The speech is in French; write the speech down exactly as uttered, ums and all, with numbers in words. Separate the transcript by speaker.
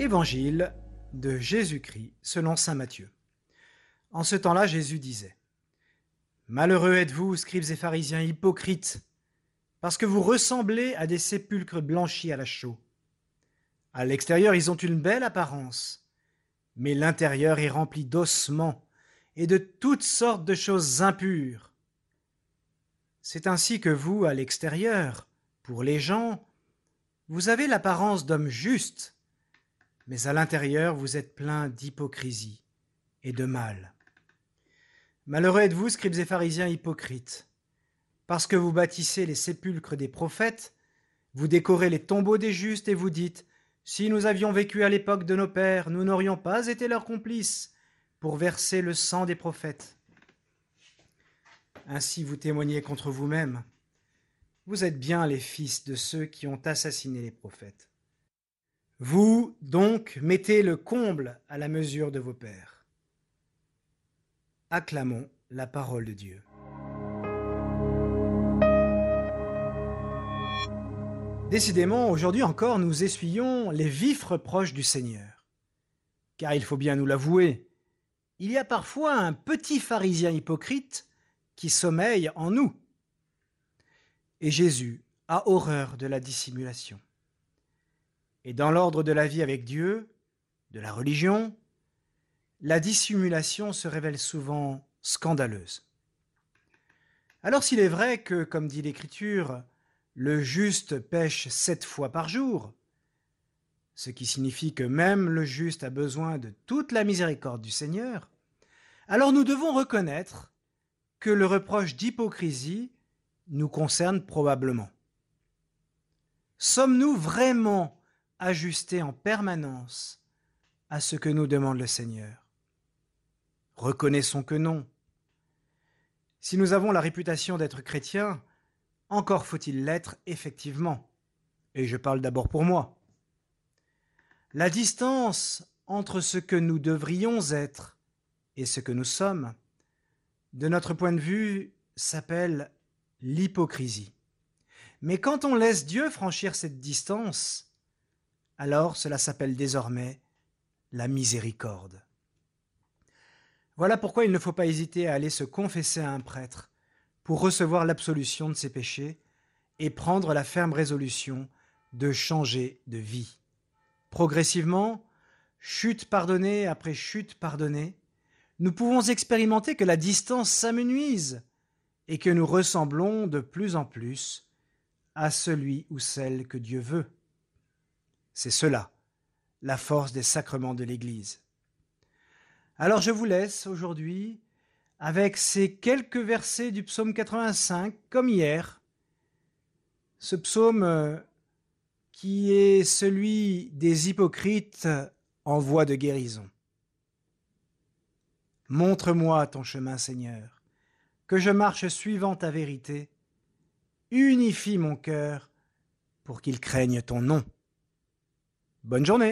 Speaker 1: Évangile de Jésus-Christ selon saint Matthieu. En ce temps-là, Jésus disait : « Malheureux êtes-vous, scribes et pharisiens hypocrites, parce que vous ressemblez à des sépulcres blanchis à la chaux. À l'extérieur, ils ont une belle apparence, mais l'intérieur est rempli d'ossements et de toutes sortes de choses impures. C'est ainsi que vous, à l'extérieur, pour les gens, vous avez l'apparence d'hommes justes, mais à l'intérieur, vous êtes pleins d'hypocrisie et de mal. Malheureux êtes-vous, scribes et pharisiens hypocrites, parce que vous bâtissez les sépulcres des prophètes, vous décorez les tombeaux des justes et vous dites : si nous avions vécu à l'époque de nos pères, nous n'aurions pas été leurs complices pour verser le sang des prophètes. Ainsi vous témoignez contre vous-même. Vous êtes bien les fils de ceux qui ont assassiné les prophètes. Vous, donc, mettez le comble à la mesure de vos pères. Acclamons la parole de Dieu. Décidément, aujourd'hui encore, nous essuyons les vifs reproches du Seigneur. Car il faut bien nous l'avouer, il y a parfois un petit pharisien hypocrite qui sommeille en nous. Et Jésus a horreur de la dissimulation. Et dans l'ordre de la vie avec Dieu, de la religion, la dissimulation se révèle souvent scandaleuse. Alors s'il est vrai que, comme dit l'Écriture, le juste pêche sept fois par jour, ce qui signifie que même le juste a besoin de toute la miséricorde du Seigneur, alors nous devons reconnaître que le reproche d'hypocrisie nous concerne probablement. Sommes-nous vraiment ajustés en permanence à ce que nous demande le Seigneur ? Reconnaissons que non. Si nous avons la réputation d'être chrétiens, encore faut-il l'être effectivement. Et je parle d'abord pour moi. La distance entre ce que nous devrions être et ce que nous sommes, de notre point de vue, s'appelle l'hypocrisie. Mais quand on laisse Dieu franchir cette distance, alors cela s'appelle désormais la miséricorde. Voilà pourquoi il ne faut pas hésiter à aller se confesser à un prêtre pour recevoir l'absolution de ses péchés et prendre la ferme résolution de changer de vie. Progressivement, chute pardonnée après chute pardonnée, nous pouvons expérimenter que la distance s'amenuise et que nous ressemblons de plus en plus à celui ou celle que Dieu veut. C'est cela, la force des sacrements de l'Église. Alors je vous laisse aujourd'hui avec ces quelques versets du psaume quatre-vingt-cinq, comme hier, ce psaume euh, qui est celui des hypocrites en voie de guérison. Montre-moi ton chemin, Seigneur, que je marche suivant ta vérité. Unifie mon cœur pour qu'il craigne ton nom. Bonne journée.